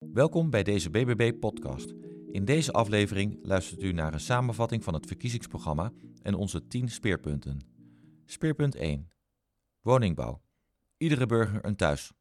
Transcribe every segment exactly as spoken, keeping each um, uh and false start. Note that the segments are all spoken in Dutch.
Welkom bij deze B B B-podcast. In deze aflevering luistert u naar een samenvatting van het verkiezingsprogramma en onze tien speerpunten. Speerpunt één. Woningbouw. Iedere burger een thuis.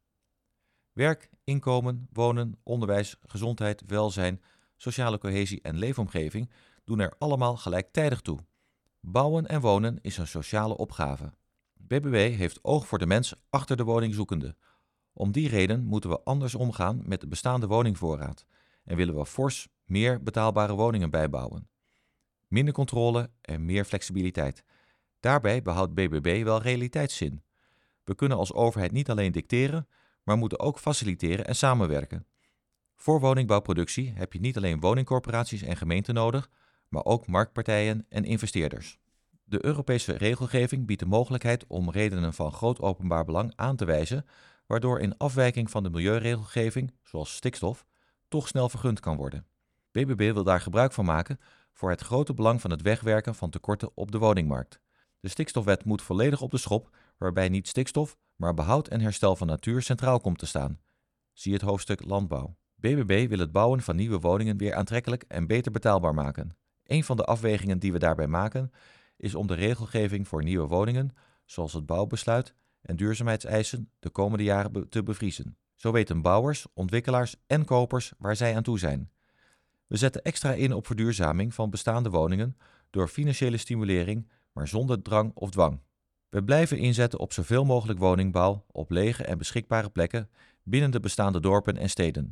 Werk, inkomen, wonen, onderwijs, gezondheid, welzijn, sociale cohesie en leefomgeving doen er allemaal gelijktijdig toe. Bouwen en wonen is een sociale opgave. B B B heeft oog voor de mens achter de woningzoekende. Om die reden moeten we anders omgaan met de bestaande woningvoorraad en willen we fors meer betaalbare woningen bijbouwen. Minder controle en meer flexibiliteit. Daarbij behoudt B B B wel realiteitszin. We kunnen als overheid niet alleen dicteren, maar moeten ook faciliteren en samenwerken. Voor woningbouwproductie heb je niet alleen woningcorporaties en gemeenten nodig, maar ook marktpartijen en investeerders. De Europese regelgeving biedt de mogelijkheid om redenen van groot openbaar belang aan te wijzen, waardoor in afwijking van de milieuregelgeving, zoals stikstof, toch snel vergund kan worden. B B B wil daar gebruik van maken voor het grote belang van het wegwerken van tekorten op de woningmarkt. De stikstofwet moet volledig op de schop, waarbij niet stikstof, maar behoud en herstel van natuur centraal komt te staan. Zie het hoofdstuk landbouw. B B B wil het bouwen van nieuwe woningen weer aantrekkelijk en beter betaalbaar maken. Een van de afwegingen die we daarbij maken is om de regelgeving voor nieuwe woningen, zoals het bouwbesluit en duurzaamheidseisen, de komende jaren be- te bevriezen. Zo weten bouwers, ontwikkelaars en kopers waar zij aan toe zijn. We zetten extra in op verduurzaming van bestaande woningen door financiële stimulering, maar zonder drang of dwang. We blijven inzetten op zoveel mogelijk woningbouw op lege en beschikbare plekken binnen de bestaande dorpen en steden.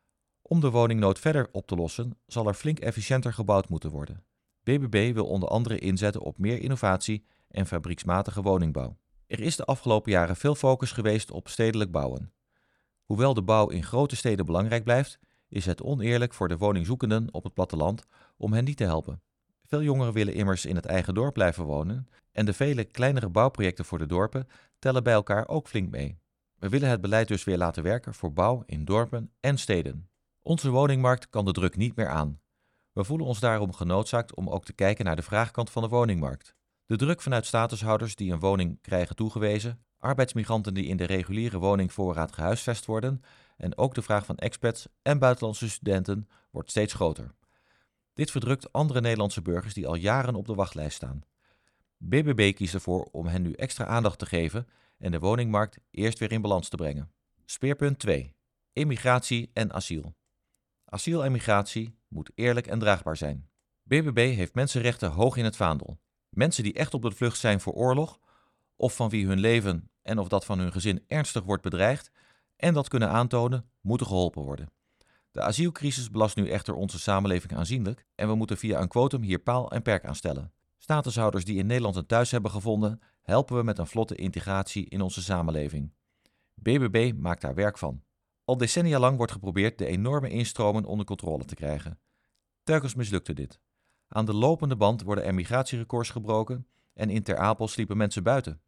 Om de woningnood verder op te lossen, zal er flink efficiënter gebouwd moeten worden. B B B wil onder andere inzetten op meer innovatie en fabrieksmatige woningbouw. Er is de afgelopen jaren veel focus geweest op stedelijk bouwen. Hoewel de bouw in grote steden belangrijk blijft, is het oneerlijk voor de woningzoekenden op het platteland om hen niet te helpen. Veel jongeren willen immers in het eigen dorp blijven wonen en de vele kleinere bouwprojecten voor de dorpen tellen bij elkaar ook flink mee. We willen het beleid dus weer laten werken voor bouw in dorpen en steden. Onze woningmarkt kan de druk niet meer aan. We voelen ons daarom genoodzaakt om ook te kijken naar de vraagkant van de woningmarkt. De druk vanuit statushouders die een woning krijgen toegewezen, arbeidsmigranten die in de reguliere woningvoorraad gehuisvest worden en ook de vraag van expats en buitenlandse studenten wordt steeds groter. Dit verdrukt andere Nederlandse burgers die al jaren op de wachtlijst staan. B B B kiest ervoor om hen nu extra aandacht te geven en de woningmarkt eerst weer in balans te brengen. Speerpunt twee. Immigratie en asiel. Asiel en migratie moet eerlijk en draagbaar zijn. B B B heeft mensenrechten hoog in het vaandel. Mensen die echt op de vlucht zijn voor oorlog, of van wie hun leven en of dat van hun gezin ernstig wordt bedreigd en dat kunnen aantonen, moeten geholpen worden. De asielcrisis belast nu echter onze samenleving aanzienlijk en we moeten via een quotum hier paal en perk aan stellen. Statushouders die in Nederland een thuis hebben gevonden, helpen we met een vlotte integratie in onze samenleving. B B B maakt daar werk van. Al decennia lang wordt geprobeerd de enorme instromen onder controle te krijgen. Telkens mislukte dit. Aan de lopende band worden er migratierecords gebroken en in Ter Apel sliepen mensen buiten.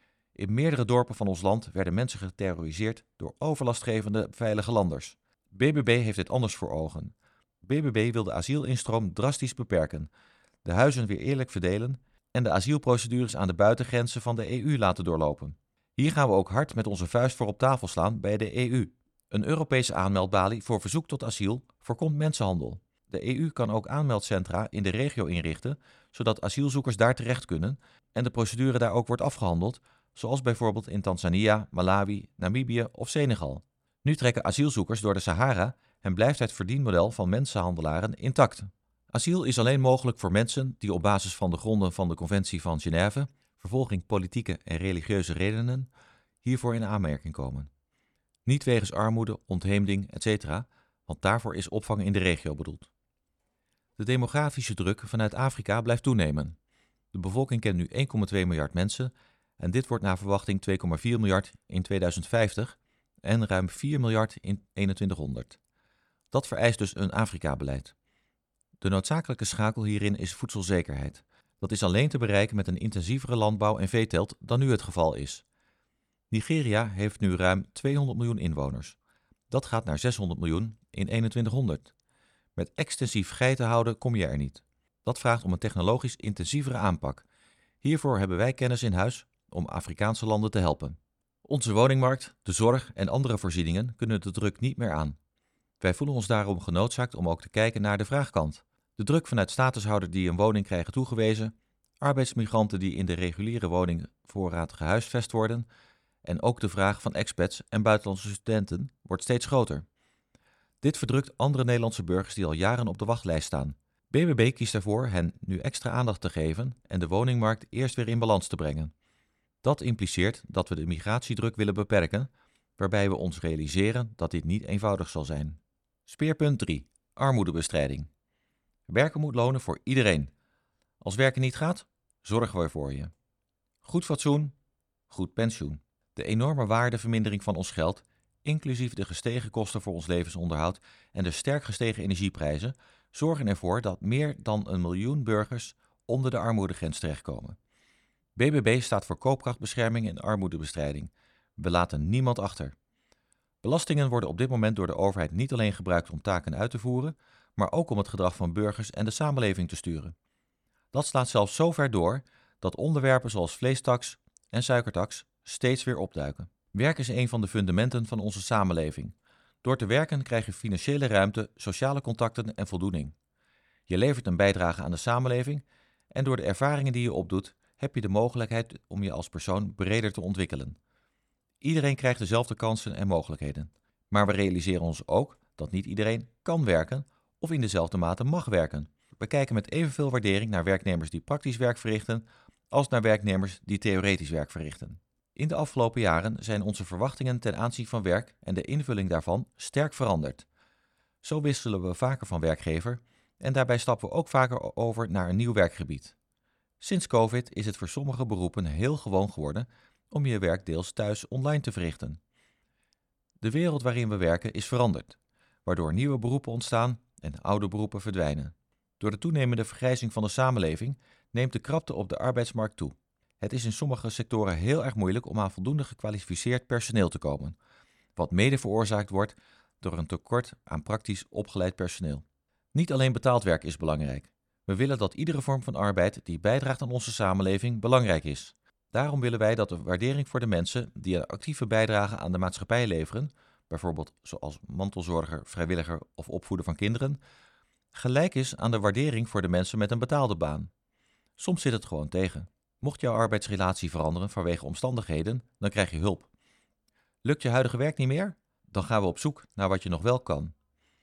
In meerdere dorpen van ons land werden mensen geterroriseerd door overlastgevende veilige landers. B B B heeft dit anders voor ogen. B B B wil de asielinstroom drastisch beperken, de huizen weer eerlijk verdelen en de asielprocedures aan de buitengrenzen van de E U laten doorlopen. Hier gaan we ook hard met onze vuist voor op tafel slaan bij de E U. Een Europese aanmeldbalie voor verzoek tot asiel voorkomt mensenhandel. De E U kan ook aanmeldcentra in de regio inrichten, zodat asielzoekers daar terecht kunnen en de procedure daar ook wordt afgehandeld, zoals bijvoorbeeld in Tanzania, Malawi, Namibië of Senegal. Nu trekken asielzoekers door de Sahara en blijft het verdienmodel van mensenhandelaren intact. Asiel is alleen mogelijk voor mensen die op basis van de gronden van de Conventie van Genève, vervolging politieke en religieuze redenen, hiervoor in aanmerking komen. Niet wegens armoede, ontheemding, et cetera, want daarvoor is opvang in de regio bedoeld. De demografische druk vanuit Afrika blijft toenemen. De bevolking kent nu één komma twee miljard mensen en dit wordt naar verwachting twee komma vier miljard in tweeduizend vijftig en ruim vier miljard in eenentwintighonderd. Dat vereist dus een Afrika-beleid. De noodzakelijke schakel hierin is voedselzekerheid. Dat is alleen te bereiken met een intensievere landbouw en veeteelt dan nu het geval is. Nigeria heeft nu ruim tweehonderd miljoen inwoners. Dat gaat naar zeshonderd miljoen in eenentwintighonderd. Met extensief geitenhouden kom je er niet. Dat vraagt om een technologisch intensievere aanpak. Hiervoor hebben wij kennis in huis om Afrikaanse landen te helpen. Onze woningmarkt, de zorg en andere voorzieningen kunnen de druk niet meer aan. Wij voelen ons daarom genoodzaakt om ook te kijken naar de vraagkant. De druk vanuit statushouders die een woning krijgen toegewezen, arbeidsmigranten die in de reguliere woningvoorraad gehuisvest worden en ook de vraag van expats en buitenlandse studenten wordt steeds groter. Dit verdrukt andere Nederlandse burgers die al jaren op de wachtlijst staan. B B B kiest ervoor hen nu extra aandacht te geven en de woningmarkt eerst weer in balans te brengen. Dat impliceert dat we de migratiedruk willen beperken, waarbij we ons realiseren dat dit niet eenvoudig zal zijn. Speerpunt drie. Armoedebestrijding. Werken moet lonen voor iedereen. Als werken niet gaat, zorgen we voor je. Goed fatsoen, goed pensioen. De enorme waardevermindering van ons geld, inclusief de gestegen kosten voor ons levensonderhoud en de sterk gestegen energieprijzen, zorgen ervoor dat meer dan een miljoen burgers onder de armoedegrens terechtkomen. B B B staat voor koopkrachtbescherming en armoedebestrijding. We laten niemand achter. Belastingen worden op dit moment door de overheid niet alleen gebruikt om taken uit te voeren, maar ook om het gedrag van burgers en de samenleving te sturen. Dat slaat zelfs zo ver door dat onderwerpen zoals vleestaks en suikertaks steeds weer opduiken. Werk is een van de fundamenten van onze samenleving. Door te werken krijg je financiële ruimte, sociale contacten en voldoening. Je levert een bijdrage aan de samenleving en door de ervaringen die je opdoet, heb je de mogelijkheid om je als persoon breder te ontwikkelen. Iedereen krijgt dezelfde kansen en mogelijkheden. Maar we realiseren ons ook dat niet iedereen kan werken of in dezelfde mate mag werken. We kijken met evenveel waardering naar werknemers die praktisch werk verrichten als naar werknemers die theoretisch werk verrichten. In de afgelopen jaren zijn onze verwachtingen ten aanzien van werk en de invulling daarvan sterk veranderd. Zo wisselen we vaker van werkgever en daarbij stappen we ook vaker over naar een nieuw werkgebied. Sinds COVID is het voor sommige beroepen heel gewoon geworden om je werk deels thuis online te verrichten. De wereld waarin we werken is veranderd, waardoor nieuwe beroepen ontstaan en oude beroepen verdwijnen. Door de toenemende vergrijzing van de samenleving neemt de krapte op de arbeidsmarkt toe. Het is in sommige sectoren heel erg moeilijk om aan voldoende gekwalificeerd personeel te komen, wat mede veroorzaakt wordt door een tekort aan praktisch opgeleid personeel. Niet alleen betaald werk is belangrijk. We willen dat iedere vorm van arbeid die bijdraagt aan onze samenleving belangrijk is. Daarom willen wij dat de waardering voor de mensen die een actieve bijdrage aan de maatschappij leveren, bijvoorbeeld zoals mantelzorger, vrijwilliger of opvoeder van kinderen, gelijk is aan de waardering voor de mensen met een betaalde baan. Soms zit het gewoon tegen. Mocht jouw arbeidsrelatie veranderen vanwege omstandigheden, dan krijg je hulp. Lukt je huidige werk niet meer? Dan gaan we op zoek naar wat je nog wel kan.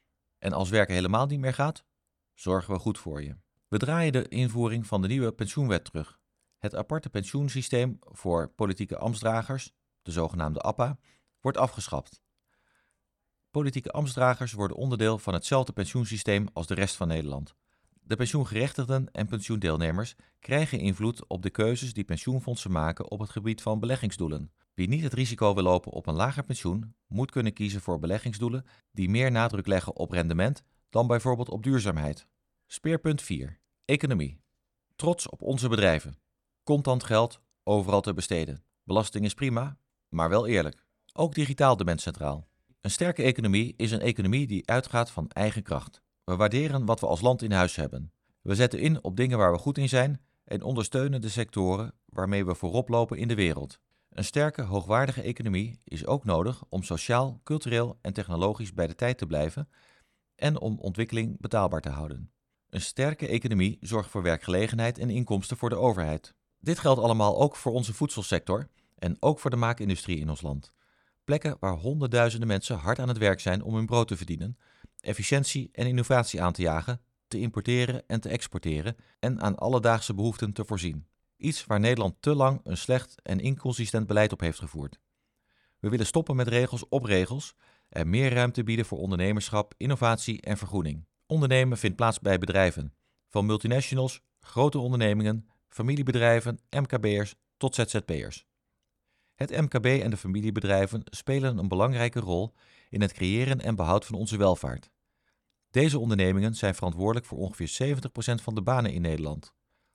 En als werken helemaal niet meer gaat, zorgen we goed voor je. We draaien de invoering van de nieuwe pensioenwet terug. Het aparte pensioensysteem voor politieke ambtsdragers, de zogenaamde A P A, wordt afgeschaft. Politieke ambtsdragers worden onderdeel van hetzelfde pensioensysteem als de rest van Nederland. De pensioengerechtigden en pensioendeelnemers krijgen invloed op de keuzes die pensioenfondsen maken op het gebied van beleggingsdoelen. Wie niet het risico wil lopen op een lager pensioen, moet kunnen kiezen voor beleggingsdoelen die meer nadruk leggen op rendement dan bijvoorbeeld op duurzaamheid. Speerpunt vier. Economie. Trots op onze bedrijven. Contant geld overal te besteden. Belasting is prima, maar wel eerlijk. Ook digitaal de mens centraal. Een sterke economie is een economie die uitgaat van eigen kracht. We waarderen wat we als land in huis hebben. We zetten in op dingen waar we goed in zijn en ondersteunen de sectoren waarmee we voorop lopen in de wereld. Een sterke, hoogwaardige economie is ook nodig om sociaal, cultureel en technologisch bij de tijd te blijven en om ontwikkeling betaalbaar te houden. Een sterke economie zorgt voor werkgelegenheid en inkomsten voor de overheid. Dit geldt allemaal ook voor onze voedselsector en ook voor de maakindustrie in ons land. Plekken waar honderdduizenden mensen hard aan het werk zijn om hun brood te verdienen, efficiëntie en innovatie aan te jagen, te importeren en te exporteren en aan alledaagse behoeften te voorzien. Iets waar Nederland te lang een slecht en inconsistent beleid op heeft gevoerd. We willen stoppen met regels op regels en meer ruimte bieden voor ondernemerschap, innovatie en vergroening. Ondernemen vindt plaats bij bedrijven, van multinationals, grote ondernemingen, familiebedrijven, M K B'ers tot Z Z P'ers. Het M K B en de familiebedrijven spelen een belangrijke rol in het creëren en behoud van onze welvaart. Deze ondernemingen zijn verantwoordelijk voor ongeveer zeventig procent van de banen in Nederland.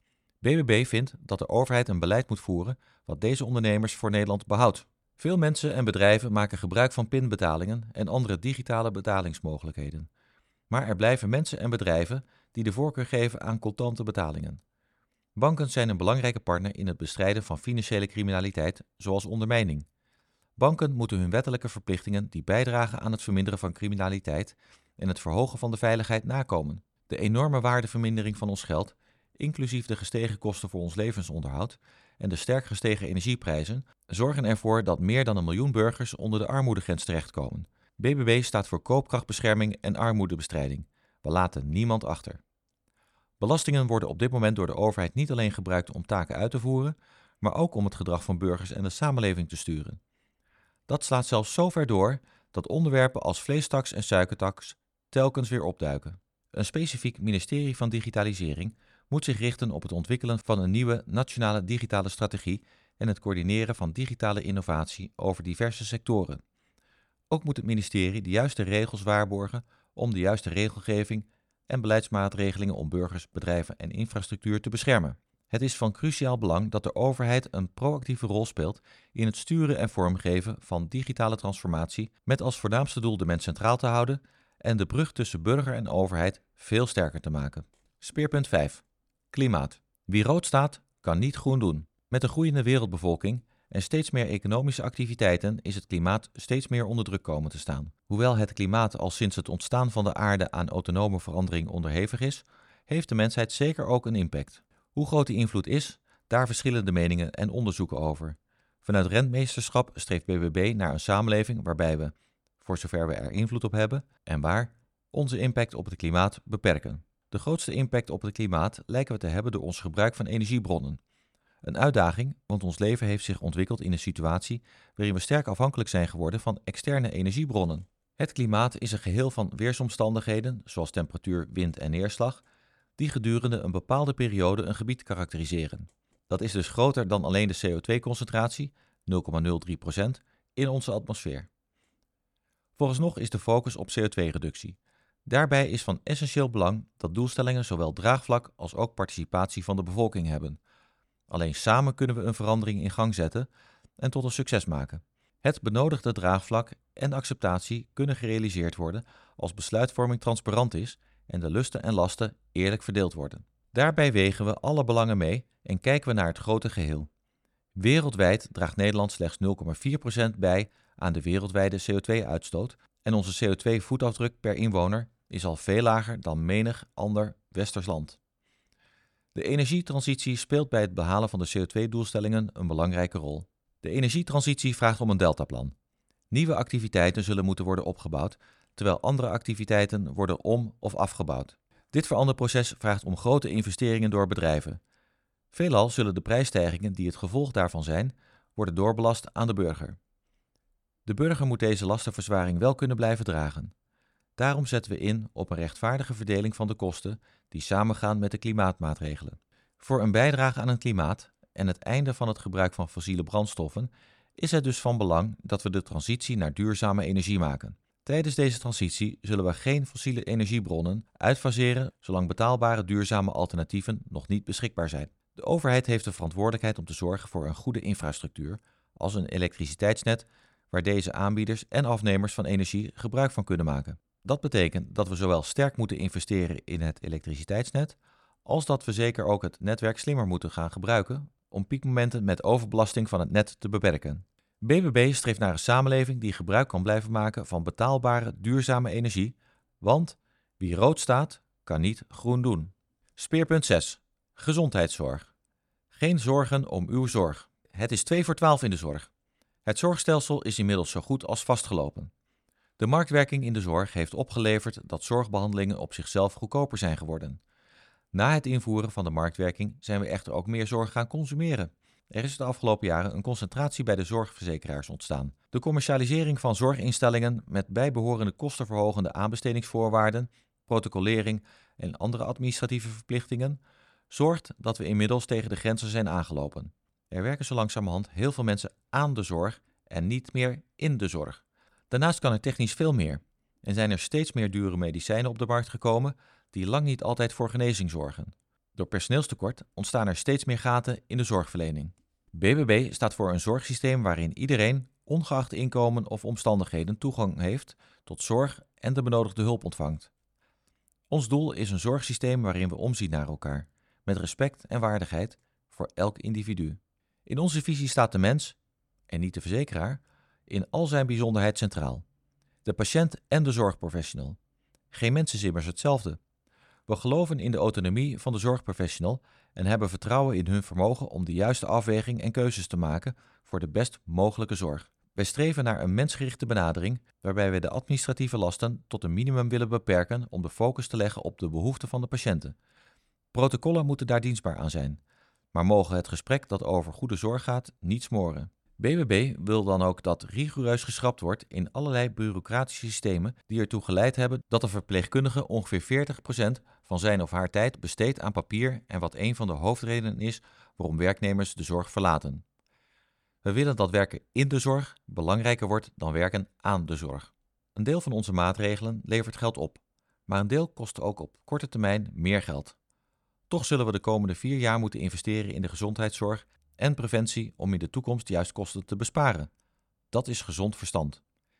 B B B vindt dat de overheid een beleid moet voeren wat deze ondernemers voor Nederland behoudt. Veel mensen en bedrijven maken gebruik van pinbetalingen en andere digitale betalingsmogelijkheden. Maar er blijven mensen en bedrijven die de voorkeur geven aan contante betalingen. Banken zijn een belangrijke partner in het bestrijden van financiële criminaliteit, zoals ondermijning. Banken moeten hun wettelijke verplichtingen die bijdragen aan het verminderen van criminaliteit en het verhogen van de veiligheid nakomen. De enorme waardevermindering van ons geld, inclusief de gestegen kosten voor ons levensonderhoud en de sterk gestegen energieprijzen, zorgen ervoor dat meer dan een miljoen burgers onder de armoedegrens terechtkomen. B B B staat voor koopkrachtbescherming en armoedebestrijding. We laten niemand achter. Belastingen worden op dit moment door de overheid niet alleen gebruikt om taken uit te voeren, maar ook om het gedrag van burgers en de samenleving te sturen. Dat slaat zelfs zo ver door dat onderwerpen als vleestaks en suikertaks telkens weer opduiken. Een specifiek ministerie van Digitalisering moet zich richten op het ontwikkelen van een nieuwe nationale digitale strategie en het coördineren van digitale innovatie over diverse sectoren. Ook moet het ministerie de juiste regels waarborgen om de juiste regelgeving en beleidsmaatregelingen om burgers, bedrijven en infrastructuur te beschermen. Het is van cruciaal belang dat de overheid een proactieve rol speelt in het sturen en vormgeven van digitale transformatie met als voornaamste doel de mens centraal te houden en de brug tussen burger en overheid veel sterker te maken. Speerpunt vijf. Klimaat. Wie rood staat, kan niet groen doen. Met een groeiende wereldbevolking en steeds meer economische activiteiten is het klimaat steeds meer onder druk komen te staan. Hoewel het klimaat al sinds het ontstaan van de aarde aan autonome verandering onderhevig is, heeft de mensheid zeker ook een impact. Hoe groot die invloed is, daar verschillen de meningen en onderzoeken over. Vanuit rentmeesterschap streeft B B B naar een samenleving waarbij we, voor zover we er invloed op hebben en waar, onze impact op het klimaat beperken. De grootste impact op het klimaat lijken we te hebben door ons gebruik van energiebronnen. Een uitdaging, want ons leven heeft zich ontwikkeld in een situatie waarin we sterk afhankelijk zijn geworden van externe energiebronnen. Het klimaat is een geheel van weersomstandigheden, zoals temperatuur, wind en neerslag, die gedurende een bepaalde periode een gebied karakteriseren. Dat is dus groter dan alleen de C O twee concentratie, nul komma nul drie procent, in onze atmosfeer. Vooralsnog is de focus op C O twee reductie. Daarbij is van essentieel belang dat doelstellingen zowel draagvlak als ook participatie van de bevolking hebben. Alleen samen kunnen we een verandering in gang zetten en tot een succes maken. Het benodigde draagvlak en acceptatie kunnen gerealiseerd worden als besluitvorming transparant is en de lusten en lasten eerlijk verdeeld worden. Daarbij wegen we alle belangen mee en kijken we naar het grote geheel. Wereldwijd draagt Nederland slechts nul komma vier procent bij aan de wereldwijde C O twee uitstoot en onze C O twee voetafdruk per inwoner is al veel lager dan menig ander westers land. De energietransitie speelt bij het behalen van de C O twee doelstellingen een belangrijke rol. De energietransitie vraagt om een deltaplan. Nieuwe activiteiten zullen moeten worden opgebouwd, terwijl andere activiteiten worden om- of afgebouwd. Dit veranderproces vraagt om grote investeringen door bedrijven. Veelal zullen de prijsstijgingen die het gevolg daarvan zijn, worden doorbelast aan de burger. De burger moet deze lastenverzwaring wel kunnen blijven dragen. Daarom zetten we in op een rechtvaardige verdeling van de kosten die samengaan met de klimaatmaatregelen. Voor een bijdrage aan het klimaat en het einde van het gebruik van fossiele brandstoffen is het dus van belang dat we de transitie naar duurzame energie maken. Tijdens deze transitie zullen we geen fossiele energiebronnen uitfaseren zolang betaalbare duurzame alternatieven nog niet beschikbaar zijn. De overheid heeft de verantwoordelijkheid om te zorgen voor een goede infrastructuur, als een elektriciteitsnet waar deze aanbieders en afnemers van energie gebruik van kunnen maken. Dat betekent dat we zowel sterk moeten investeren in het elektriciteitsnet, als dat we zeker ook het netwerk slimmer moeten gaan gebruiken om piekmomenten met overbelasting van het net te beperken. B B B streeft naar een samenleving die gebruik kan blijven maken van betaalbare, duurzame energie, want wie rood staat, kan niet groen doen. Speerpunt zes. Gezondheidszorg. Geen zorgen om uw zorg. Het is twee voor twaalf in de zorg. Het zorgstelsel is inmiddels zo goed als vastgelopen. De marktwerking in de zorg heeft opgeleverd dat zorgbehandelingen op zichzelf goedkoper zijn geworden. Na het invoeren van de marktwerking zijn we echter ook meer zorg gaan consumeren. Er is de afgelopen jaren een concentratie bij de zorgverzekeraars ontstaan. De commercialisering van zorginstellingen met bijbehorende kostenverhogende aanbestedingsvoorwaarden, protocolering en andere administratieve verplichtingen zorgt dat we inmiddels tegen de grenzen zijn aangelopen. Er werken zo langzamerhand heel veel mensen aan de zorg en niet meer in de zorg. Daarnaast kan er technisch veel meer en zijn er steeds meer dure medicijnen op de markt gekomen die lang niet altijd voor genezing zorgen. Door personeelstekort ontstaan er steeds meer gaten in de zorgverlening. B B B staat voor een zorgsysteem waarin iedereen, ongeacht inkomen of omstandigheden, toegang heeft tot zorg en de benodigde hulp ontvangt. Ons doel is een zorgsysteem waarin we omzien naar elkaar, met respect en waardigheid voor elk individu. In onze visie staat de mens, en niet de verzekeraar, in al zijn bijzonderheid centraal. De patiënt en de zorgprofessional. Geen mens is immers hetzelfde. We geloven in de autonomie van de zorgprofessional en hebben vertrouwen in hun vermogen om de juiste afweging en keuzes te maken voor de best mogelijke zorg. Wij streven naar een mensgerichte benadering waarbij we de administratieve lasten tot een minimum willen beperken om de focus te leggen op de behoeften van de patiënten. Protocollen moeten daar dienstbaar aan zijn, maar mogen het gesprek dat over goede zorg gaat niet smoren. B B B wil dan ook dat rigoureus geschrapt wordt in allerlei bureaucratische systemen die ertoe geleid hebben dat een verpleegkundige ongeveer veertig procent van zijn of haar tijd besteedt aan papier en wat een van de hoofdredenen is waarom werknemers de zorg verlaten. We willen dat werken in de zorg belangrijker wordt dan werken aan de zorg. Een deel van onze maatregelen levert geld op, maar een deel kost ook op korte termijn meer geld. Toch zullen we de komende vier jaar moeten investeren in de gezondheidszorg en preventie om in de toekomst juist kosten te besparen. Dat is gezond verstand.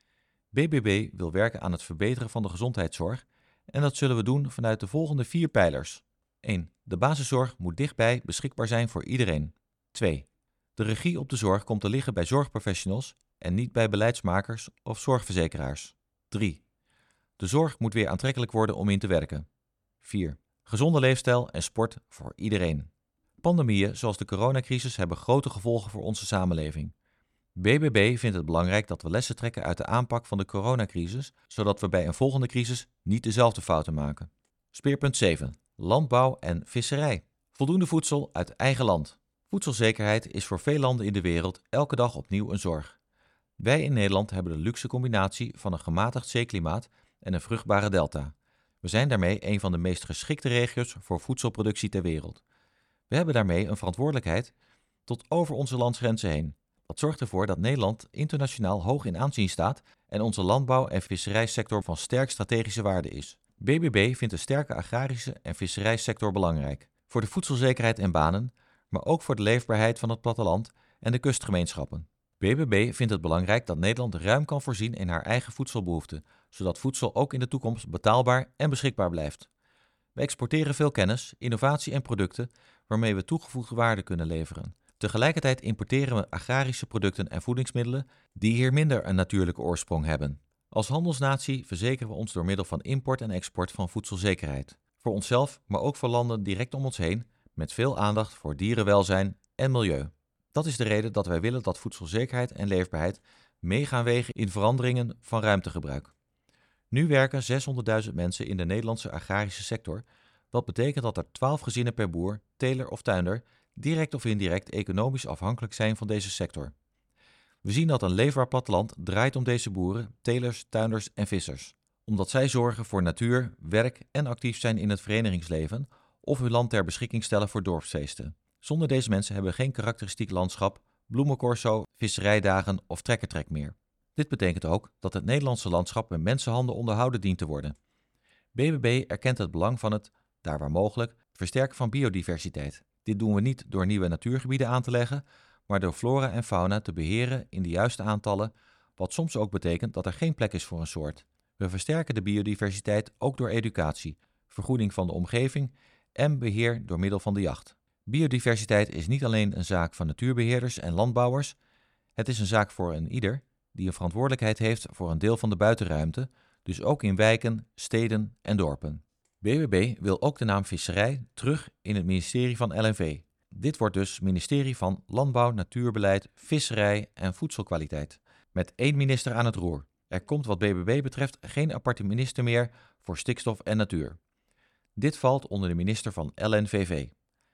B B B wil werken aan het verbeteren van de gezondheidszorg en dat zullen we doen vanuit de volgende vier pijlers. één. De basiszorg moet dichtbij beschikbaar zijn voor iedereen. twee. De regie op de zorg komt te liggen bij zorgprofessionals en niet bij beleidsmakers of zorgverzekeraars. drie. De zorg moet weer aantrekkelijk worden om in te werken. vier. Gezonde leefstijl en sport voor iedereen. Pandemieën zoals de coronacrisis hebben grote gevolgen voor onze samenleving. B B B vindt het belangrijk dat we lessen trekken uit de aanpak van de coronacrisis, zodat we bij een volgende crisis niet dezelfde fouten maken. Speerpunt zeven. Landbouw en visserij. Voldoende voedsel uit eigen land. Voedselzekerheid is voor veel landen in de wereld elke dag opnieuw een zorg. Wij in Nederland hebben de luxe combinatie van een gematigd zeeklimaat en een vruchtbare delta. We zijn daarmee een van de meest geschikte regio's voor voedselproductie ter wereld. We hebben daarmee een verantwoordelijkheid tot over onze landsgrenzen heen. Dat zorgt ervoor dat Nederland internationaal hoog in aanzien staat en onze landbouw- en visserijsector van sterk strategische waarde is. B B B vindt een sterke agrarische en visserijsector belangrijk. Voor de voedselzekerheid en banen, maar ook voor de leefbaarheid van het platteland en de kustgemeenschappen. B B B vindt het belangrijk dat Nederland ruim kan voorzien in haar eigen voedselbehoeften, zodat voedsel ook in de toekomst betaalbaar en beschikbaar blijft. We exporteren veel kennis, innovatie en producten waarmee we toegevoegde waarde kunnen leveren. Tegelijkertijd importeren we agrarische producten en voedingsmiddelen die hier minder een natuurlijke oorsprong hebben. Als handelsnatie verzekeren we ons door middel van import en export van voedselzekerheid. Voor onszelf, maar ook voor landen direct om ons heen, met veel aandacht voor dierenwelzijn en milieu. Dat is de reden dat wij willen dat voedselzekerheid en leefbaarheid mee gaan wegen in veranderingen van ruimtegebruik. Nu werken zeshonderdduizend mensen in de Nederlandse agrarische sector, wat betekent dat er twaalf gezinnen per boer, teler of tuinder direct of indirect economisch afhankelijk zijn van deze sector. We zien dat een leefbaar platteland draait om deze boeren, telers, tuinders en vissers. Omdat zij zorgen voor natuur, werk en actief zijn in het verenigingsleven of hun land ter beschikking stellen voor dorpsfeesten. Zonder deze mensen hebben we geen karakteristiek landschap, bloemencorso, visserijdagen of trekkertrek meer. Dit betekent ook dat het Nederlandse landschap met mensenhanden onderhouden dient te worden. B B B erkent het belang van het, daar waar mogelijk, versterken van biodiversiteit. Dit doen we niet door nieuwe natuurgebieden aan te leggen, maar door flora en fauna te beheren in de juiste aantallen, wat soms ook betekent dat er geen plek is voor een soort. We versterken de biodiversiteit ook door educatie, vergoeding van de omgeving en beheer door middel van de jacht. Biodiversiteit is niet alleen een zaak van natuurbeheerders en landbouwers, het is een zaak voor een ieder die een verantwoordelijkheid heeft voor een deel van de buitenruimte, dus ook in wijken, steden en dorpen. B B B wil ook de naam visserij terug in het ministerie van L N V. Dit wordt dus ministerie van Landbouw, Natuurbeleid, Visserij en Voedselkwaliteit, met één minister aan het roer. Er komt wat B B B betreft geen aparte minister meer voor stikstof en natuur. Dit valt onder de minister van L N V V.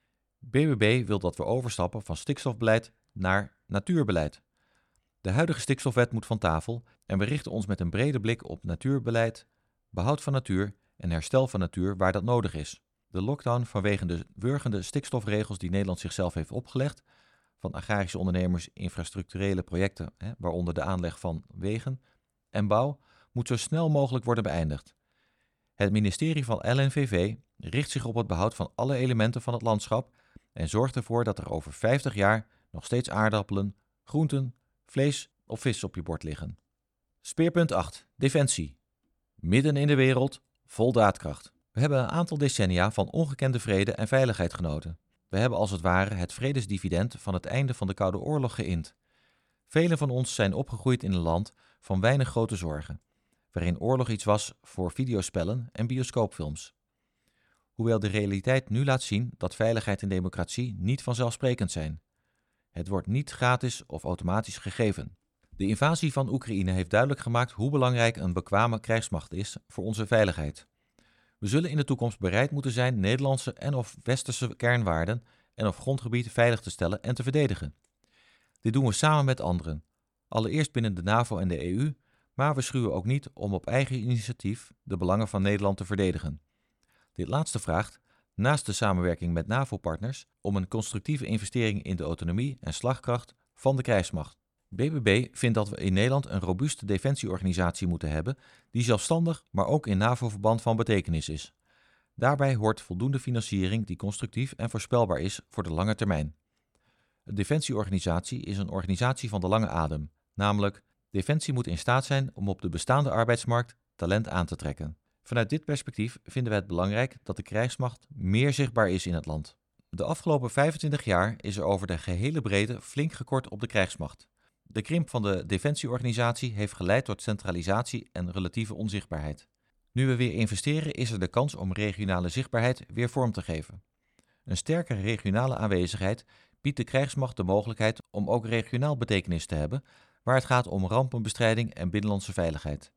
B B B wil dat we overstappen van stikstofbeleid naar natuurbeleid. De huidige stikstofwet moet van tafel en we richten ons met een brede blik op natuurbeleid, behoud van natuur en herstel van natuur waar dat nodig is. De lockdown vanwege de wurgende stikstofregels die Nederland zichzelf heeft opgelegd, van agrarische ondernemers, infrastructurele projecten, hè, waaronder de aanleg van wegen en bouw, moet zo snel mogelijk worden beëindigd. Het ministerie van L N V V richt zich op het behoud van alle elementen van het landschap en zorgt ervoor dat er over vijftig jaar nog steeds aardappelen, groenten, vlees of vis op je bord liggen. Speerpunt acht. Defensie. Midden in de wereld, vol daadkracht. We hebben een aantal decennia van ongekende vrede en veiligheid genoten. We hebben als het ware het vredesdividend van het einde van de Koude Oorlog geïnd. Velen van ons zijn opgegroeid in een land van weinig grote zorgen, waarin oorlog iets was voor videospellen en bioscoopfilms. Hoewel de realiteit nu laat zien dat veiligheid en democratie niet vanzelfsprekend zijn. Het wordt niet gratis of automatisch gegeven. De invasie van Oekraïne heeft duidelijk gemaakt hoe belangrijk een bekwame krijgsmacht is voor onze veiligheid. We zullen in de toekomst bereid moeten zijn Nederlandse en of westerse kernwaarden en of grondgebied veilig te stellen en te verdedigen. Dit doen we samen met anderen, allereerst binnen de NAVO en de E U, maar we schuwen ook niet om op eigen initiatief de belangen van Nederland te verdedigen. Dit laatste vraagt, naast de samenwerking met NAVO-partners, om een constructieve investering in de autonomie en slagkracht van de krijgsmacht. B B B vindt dat we in Nederland een robuuste defensieorganisatie moeten hebben die zelfstandig, maar ook in NAVO-verband van betekenis is. Daarbij hoort voldoende financiering die constructief en voorspelbaar is voor de lange termijn. Een defensieorganisatie is een organisatie van de lange adem, namelijk defensie moet in staat zijn om op de bestaande arbeidsmarkt talent aan te trekken. Vanuit dit perspectief vinden wij het belangrijk dat de krijgsmacht meer zichtbaar is in het land. De afgelopen vijfentwintig jaar is er over de gehele breedte flink gekort op de krijgsmacht. De krimp van de defensieorganisatie heeft geleid tot centralisatie en relatieve onzichtbaarheid. Nu we weer investeren is er de kans om regionale zichtbaarheid weer vorm te geven. Een sterke regionale aanwezigheid biedt de krijgsmacht de mogelijkheid om ook regionaal betekenis te hebben, waar het gaat om rampenbestrijding en binnenlandse veiligheid.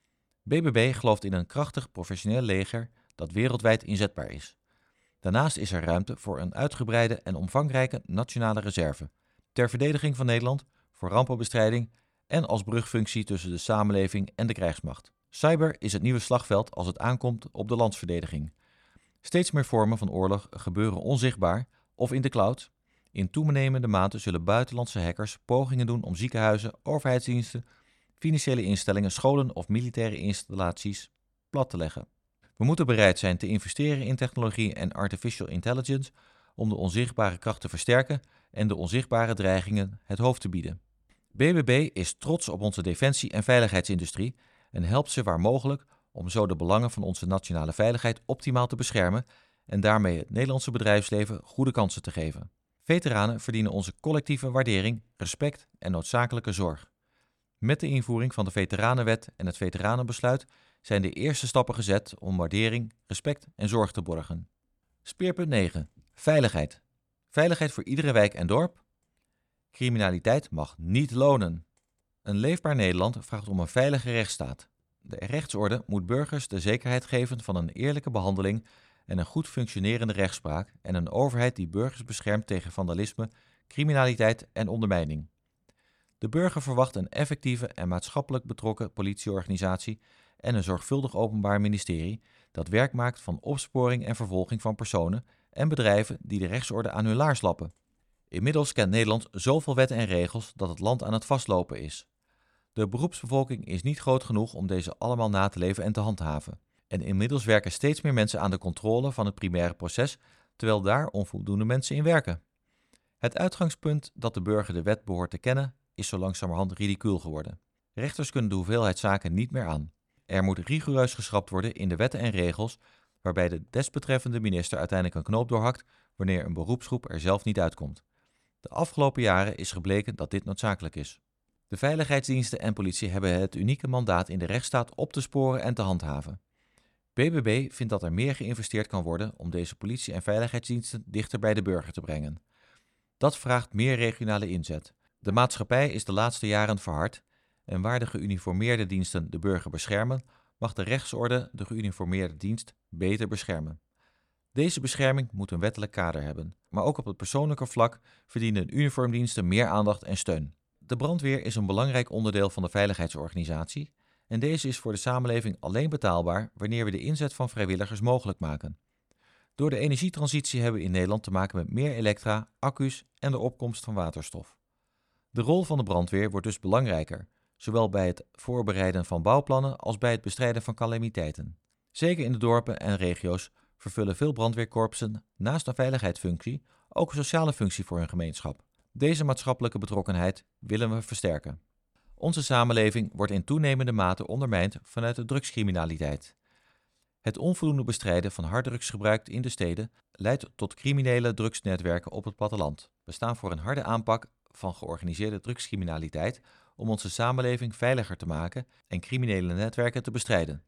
B B B gelooft in een krachtig professioneel leger dat wereldwijd inzetbaar is. Daarnaast is er ruimte voor een uitgebreide en omvangrijke nationale reserve, ter verdediging van Nederland, voor rampenbestrijding en als brugfunctie tussen de samenleving en de krijgsmacht. Cyber is het nieuwe slagveld als het aankomt op de landsverdediging. Steeds meer vormen van oorlog gebeuren onzichtbaar of in de cloud. In toenemende mate zullen buitenlandse hackers pogingen doen om ziekenhuizen, overheidsdiensten, financiële instellingen, scholen of militaire installaties plat te leggen. We moeten bereid zijn te investeren in technologie en artificial intelligence om de onzichtbare kracht te versterken en de onzichtbare dreigingen het hoofd te bieden. B B B is trots op onze defensie- en veiligheidsindustrie en helpt ze waar mogelijk om zo de belangen van onze nationale veiligheid optimaal te beschermen en daarmee het Nederlandse bedrijfsleven goede kansen te geven. Veteranen verdienen onze collectieve waardering, respect en noodzakelijke zorg. Met de invoering van de Veteranenwet en het Veteranenbesluit zijn de eerste stappen gezet om waardering, respect en zorg te borgen. Speerpunt negen. Veiligheid. Veiligheid voor iedere wijk en dorp. Criminaliteit mag niet lonen. Een leefbaar Nederland vraagt om een veilige rechtsstaat. De rechtsorde moet burgers de zekerheid geven van een eerlijke behandeling en een goed functionerende rechtspraak en een overheid die burgers beschermt tegen vandalisme, criminaliteit en ondermijning. De burger verwacht een effectieve en maatschappelijk betrokken politieorganisatie en een zorgvuldig openbaar ministerie dat werk maakt van opsporing en vervolging van personen en bedrijven die de rechtsorde aan hun laars lappen. Inmiddels kent Nederland zoveel wetten en regels dat het land aan het vastlopen is. De beroepsbevolking is niet groot genoeg om deze allemaal na te leven en te handhaven. En inmiddels werken steeds meer mensen aan de controle van het primaire proces, terwijl daar onvoldoende mensen in werken. Het uitgangspunt dat de burger de wet behoort te kennen, is zo langzamerhand ridicuul geworden. Rechters kunnen de hoeveelheid zaken niet meer aan. Er moet rigoureus geschrapt worden in de wetten en regels, waarbij de desbetreffende minister uiteindelijk een knoop doorhakt wanneer een beroepsgroep er zelf niet uitkomt. De afgelopen jaren is gebleken dat dit noodzakelijk is. De veiligheidsdiensten en politie hebben het unieke mandaat in de rechtsstaat op te sporen en te handhaven. B B B vindt dat er meer geïnvesteerd kan worden om deze politie- en veiligheidsdiensten dichter bij de burger te brengen. Dat vraagt meer regionale inzet. De maatschappij is de laatste jaren verhard en waar de geuniformeerde diensten de burger beschermen, mag de rechtsorde de geuniformeerde dienst beter beschermen. Deze bescherming moet een wettelijk kader hebben, maar ook op het persoonlijke vlak verdienen uniformdiensten meer aandacht en steun. De brandweer is een belangrijk onderdeel van de veiligheidsorganisatie en deze is voor de samenleving alleen betaalbaar wanneer we de inzet van vrijwilligers mogelijk maken. Door de energietransitie hebben we in Nederland te maken met meer elektra, accu's en de opkomst van waterstof. De rol van de brandweer wordt dus belangrijker, zowel bij het voorbereiden van bouwplannen als bij het bestrijden van calamiteiten. Zeker in de dorpen en regio's vervullen veel brandweerkorpsen naast een veiligheidsfunctie ook een sociale functie voor hun gemeenschap. Deze maatschappelijke betrokkenheid willen we versterken. Onze samenleving wordt in toenemende mate ondermijnd vanuit de drugscriminaliteit. Het onvoldoende bestrijden van harddrugsgebruik in de steden leidt tot criminele drugsnetwerken op het platteland. We staan voor een harde aanpak van georganiseerde drugscriminaliteit om onze samenleving veiliger te maken en criminele netwerken te bestrijden.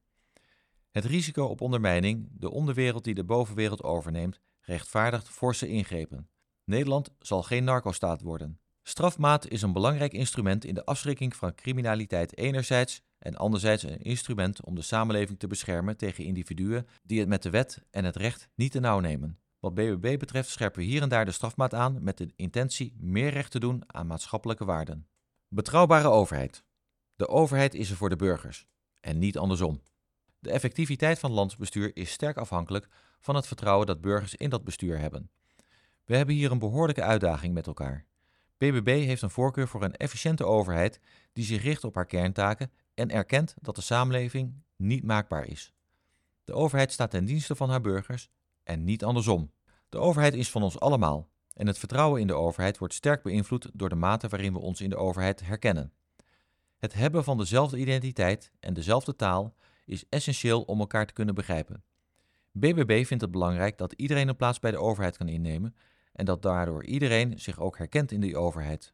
Het risico op ondermijning, de onderwereld die de bovenwereld overneemt, rechtvaardigt forse ingrepen. Nederland zal geen narcostaat worden. Strafmaat is een belangrijk instrument in de afschrikking van criminaliteit enerzijds en anderzijds een instrument om de samenleving te beschermen tegen individuen die het met de wet en het recht niet te nauw nemen. Wat B B B betreft scherpen we hier en daar de strafmaat aan met de intentie meer recht te doen aan maatschappelijke waarden. Betrouwbare overheid. De overheid is er voor de burgers en niet andersom. De effectiviteit van landsbestuur is sterk afhankelijk van het vertrouwen dat burgers in dat bestuur hebben. We hebben hier een behoorlijke uitdaging met elkaar. B B B heeft een voorkeur voor een efficiënte overheid die zich richt op haar kerntaken en erkent dat de samenleving niet maakbaar is. De overheid staat ten dienste van haar burgers en niet andersom. De overheid is van ons allemaal en het vertrouwen in de overheid wordt sterk beïnvloed door de mate waarin we ons in de overheid herkennen. Het hebben van dezelfde identiteit en dezelfde taal is essentieel om elkaar te kunnen begrijpen. B B B vindt het belangrijk dat iedereen een plaats bij de overheid kan innemen en dat daardoor iedereen zich ook herkent in die overheid.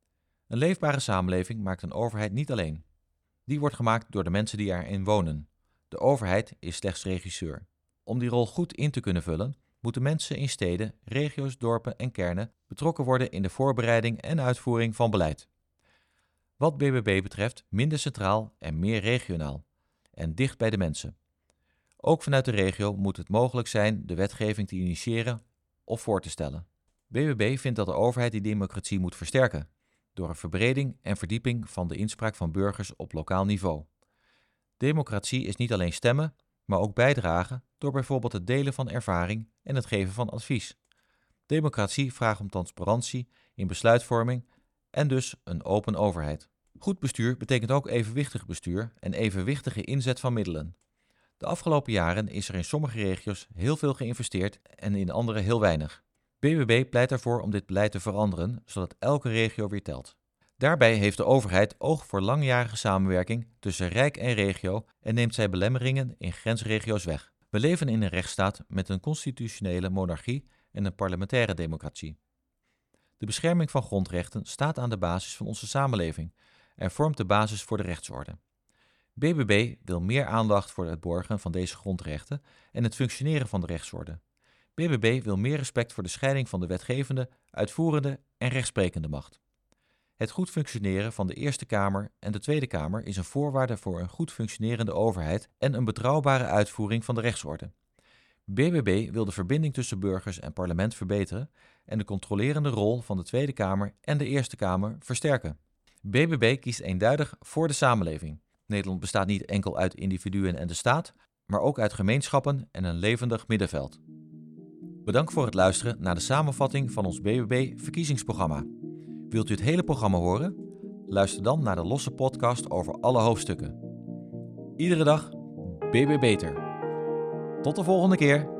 Een leefbare samenleving maakt een overheid niet alleen. Die wordt gemaakt door de mensen die erin wonen. De overheid is slechts regisseur. Om die rol goed in te kunnen vullen, moeten mensen in steden, regio's, dorpen en kernen betrokken worden in de voorbereiding en uitvoering van beleid. Wat B B B betreft minder centraal en meer regionaal en dicht bij de mensen. Ook vanuit de regio moet het mogelijk zijn de wetgeving te initiëren of voor te stellen. B B B vindt dat de overheid die democratie moet versterken door een verbreding en verdieping van de inspraak van burgers op lokaal niveau. Democratie is niet alleen stemmen, maar ook bijdragen door bijvoorbeeld het delen van ervaring en het geven van advies. Democratie vraagt om transparantie in besluitvorming en dus een open overheid. Goed bestuur betekent ook evenwichtig bestuur en evenwichtige inzet van middelen. De afgelopen jaren is er in sommige regio's heel veel geïnvesteerd en in andere heel weinig. B B B pleit ervoor om dit beleid te veranderen, zodat elke regio weer telt. Daarbij heeft de overheid oog voor langjarige samenwerking tussen Rijk en regio en neemt zij belemmeringen in grensregio's weg. We leven in een rechtsstaat met een constitutionele monarchie en een parlementaire democratie. De bescherming van grondrechten staat aan de basis van onze samenleving en vormt de basis voor de rechtsorde. B B B wil meer aandacht voor het borgen van deze grondrechten en het functioneren van de rechtsorde. B B B wil meer respect voor de scheiding van de wetgevende, uitvoerende en rechtsprekende macht. Het goed functioneren van de Eerste Kamer en de Tweede Kamer is een voorwaarde voor een goed functionerende overheid en een betrouwbare uitvoering van de rechtsorde. B B B wil de verbinding tussen burgers en parlement verbeteren en de controlerende rol van de Tweede Kamer en de Eerste Kamer versterken. B B B kiest eenduidig voor de samenleving. Nederland bestaat niet enkel uit individuen en de staat, maar ook uit gemeenschappen en een levendig middenveld. Bedankt voor het luisteren naar de samenvatting van ons B B B verkiezingsprogramma. Wilt u het hele programma horen? Luister dan naar de losse podcast over alle hoofdstukken. Iedere dag B B Beter. Tot de volgende keer!